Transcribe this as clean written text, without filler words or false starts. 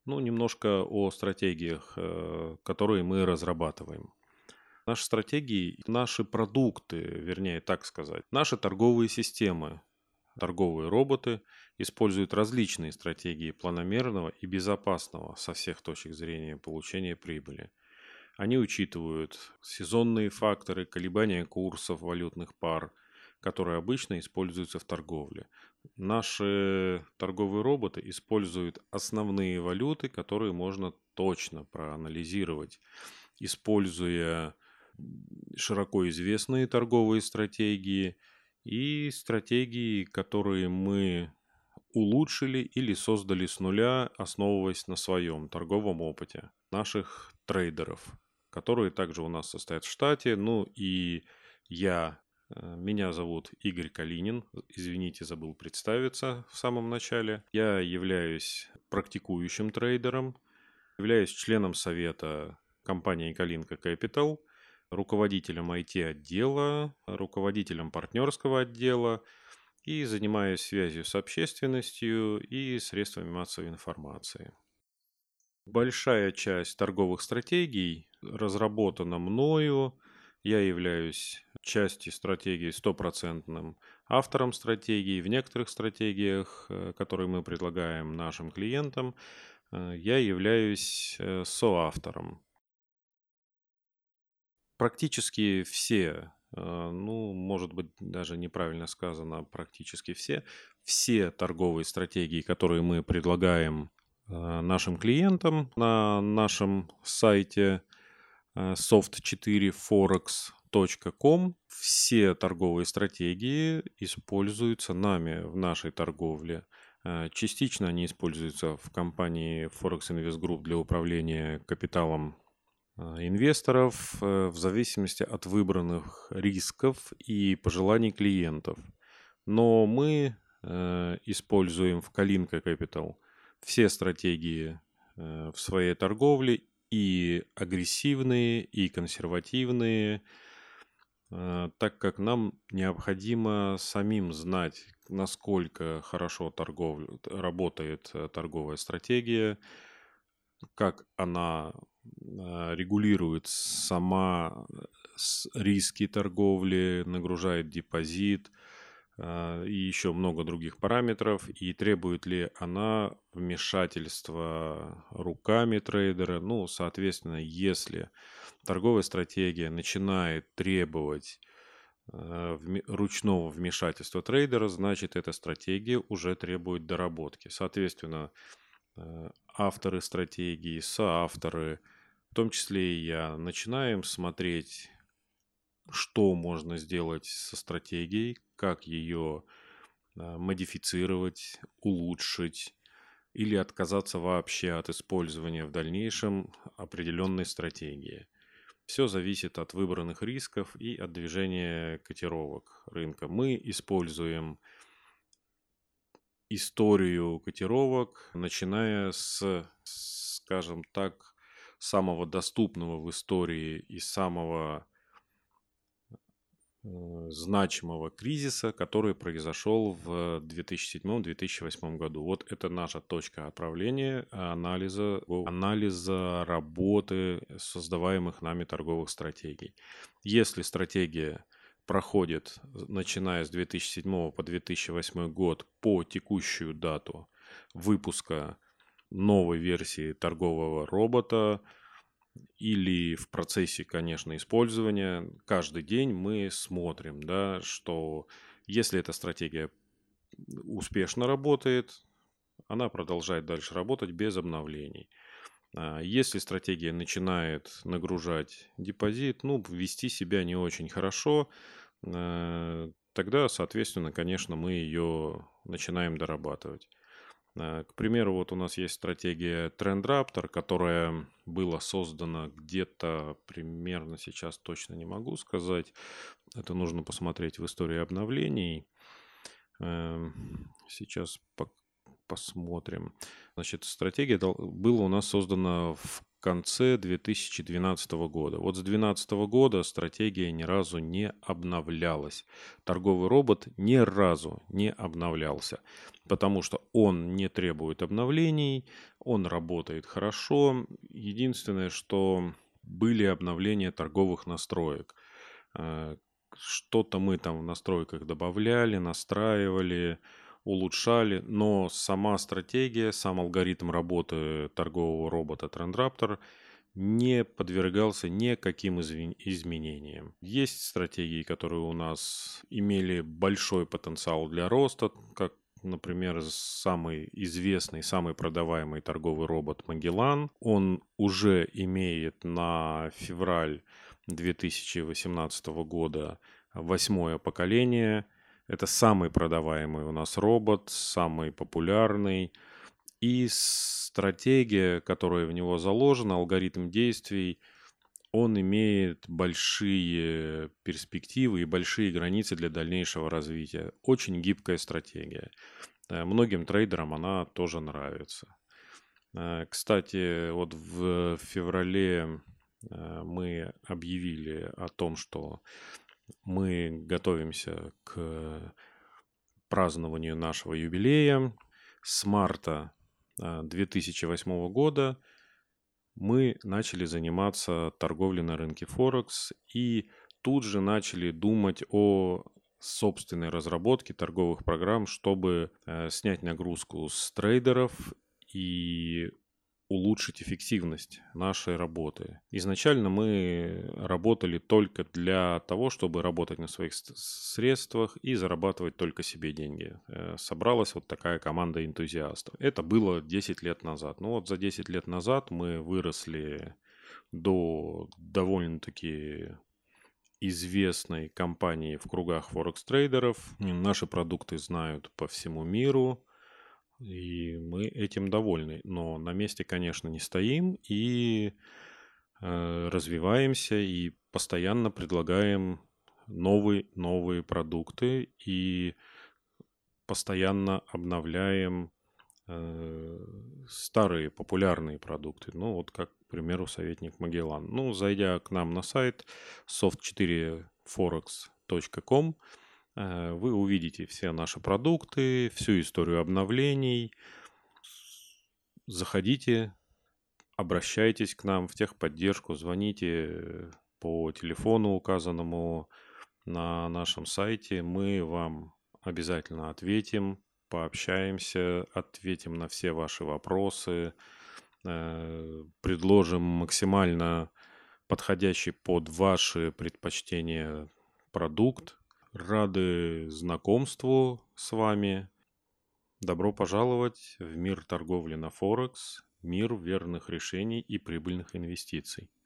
Ну, немножко о стратегиях, которые мы разрабатываем. Наши стратегии, наши продукты, вернее, так сказать, наши торговые системы, торговые роботы используют различные стратегии планомерного и безопасного со всех точек зрения получения прибыли. Они учитывают сезонные факторы, колебания курсов валютных пар, которые обычно используются в торговле. Наши торговые роботы используют основные валюты, которые можно точно проанализировать, используя широко известные торговые стратегии и стратегии, которые мы улучшили или создали с нуля, основываясь на своем торговом опыте наших трейдеров, которые также у нас состоят в штате. Ну и я, меня зовут Игорь Калинин, извините, забыл представиться в самом начале. Я являюсь практикующим трейдером, являюсь членом совета компании Калинка Capital, руководителем IT-отдела, руководителем партнерского отдела и занимаюсь связью с общественностью и средствами массовой информации. Большая часть торговых стратегий разработана мною. Я являюсь частью стратегии стопроцентным автором стратегии. В некоторых стратегиях, которые мы предлагаем нашим клиентам, я являюсь соавтором. Практически все, ну, может быть, даже неправильно сказано, практически все торговые стратегии, которые мы предлагаем нашим клиентам на нашем сайте soft4forex.com, все торговые стратегии используются нами в нашей торговле. Частично они используются в компании Forex Invest Group для управления капиталом инвесторов в зависимости от выбранных рисков и пожеланий клиентов. Но мы используем в Kalinka Capital все стратегии в своей торговле, и агрессивные, и консервативные, так как нам необходимо самим знать, насколько хорошо работает торговая стратегия, как она регулирует сама риски торговли, нагружает депозит и еще много других параметров, и требует ли она вмешательства руками трейдера. Ну, соответственно, если торговая стратегия начинает требовать ручного вмешательства трейдера, значит, эта стратегия уже требует доработки. Соответственно, авторы стратегии, соавторы, в том числе и я, начинаем смотреть, что можно сделать со стратегией, как ее модифицировать, улучшить или отказаться вообще от использования в дальнейшем определенной стратегии. Все зависит от выбранных рисков и от движения котировок рынка. Мы используем историю котировок, начиная с, скажем так, самого доступного в истории и самого значимого кризиса, который произошел в 2007-2008 году. Вот это наша точка отправления анализа работы создаваемых нами торговых стратегий. Если стратегия проходит, начиная с 2007 по 2008 год, по текущую дату выпуска новой версии торгового робота, или в процессе, конечно, использования, каждый день мы смотрим, да, что если эта стратегия успешно работает, она продолжает дальше работать без обновлений. Если стратегия начинает нагружать депозит, ну, вести себя не очень хорошо, тогда, соответственно, конечно, мы ее начинаем дорабатывать. К примеру, вот у нас есть стратегия Trend Raptor, которая была создана где-то примерно, сейчас точно не могу сказать. Это нужно посмотреть в истории обновлений. Сейчас посмотрим. Значит, стратегия была у нас создана в конце 2012 года. Вот с 2012 года стратегия ни разу не обновлялась. Торговый робот ни разу не обновлялся, потому что он не требует обновлений, он работает хорошо. Единственное, что были обновления торговых настроек. Э, Что-то мы там в настройках добавляли, настраивали, улучшали, но сама стратегия, сам алгоритм работы торгового робота TrendRaptor не подвергался никаким изменениям. Есть стратегии, которые у нас имели большой потенциал для роста, как, например, самый известный, самый продаваемый торговый робот Magellan. Он уже имеет на февраль 2018 года 8-е поколение. Это самый продаваемый у нас робот, самый популярный. И стратегия, которая в него заложена, алгоритм действий, он имеет большие перспективы и большие границы для дальнейшего развития. Очень гибкая стратегия. Многим трейдерам она тоже нравится. Кстати, вот в феврале мы объявили о том, что мы готовимся к празднованию нашего юбилея. С марта 2008 года мы начали заниматься торговлей на рынке Форекс и тут же начали думать о собственной разработке торговых программ, чтобы снять нагрузку с трейдеров и улучшить эффективность нашей работы. Изначально мы работали только для того, чтобы работать на своих средствах и зарабатывать только себе деньги. Собралась вот такая команда энтузиастов. Это было 10 лет назад. Ну вот за 10 лет назад мы выросли до довольно-таки известной компании в кругах форекс-трейдеров. Наши продукты знают по всему миру. И мы этим довольны. Но на месте, конечно, не стоим и развиваемся и постоянно предлагаем новые продукты и постоянно обновляем старые популярные продукты. Ну, вот как, к примеру, советник Magellan. Ну, зайдя к нам на сайт soft4forex.com, вы увидите все наши продукты, всю историю обновлений. Заходите, обращайтесь к нам в техподдержку, звоните по телефону, указанному на нашем сайте. Мы вам обязательно ответим, пообщаемся, ответим на все ваши вопросы, предложим максимально подходящий под ваши предпочтения продукт. Рады знакомству с вами. Добро пожаловать в мир торговли на Форекс, мир верных решений и прибыльных инвестиций.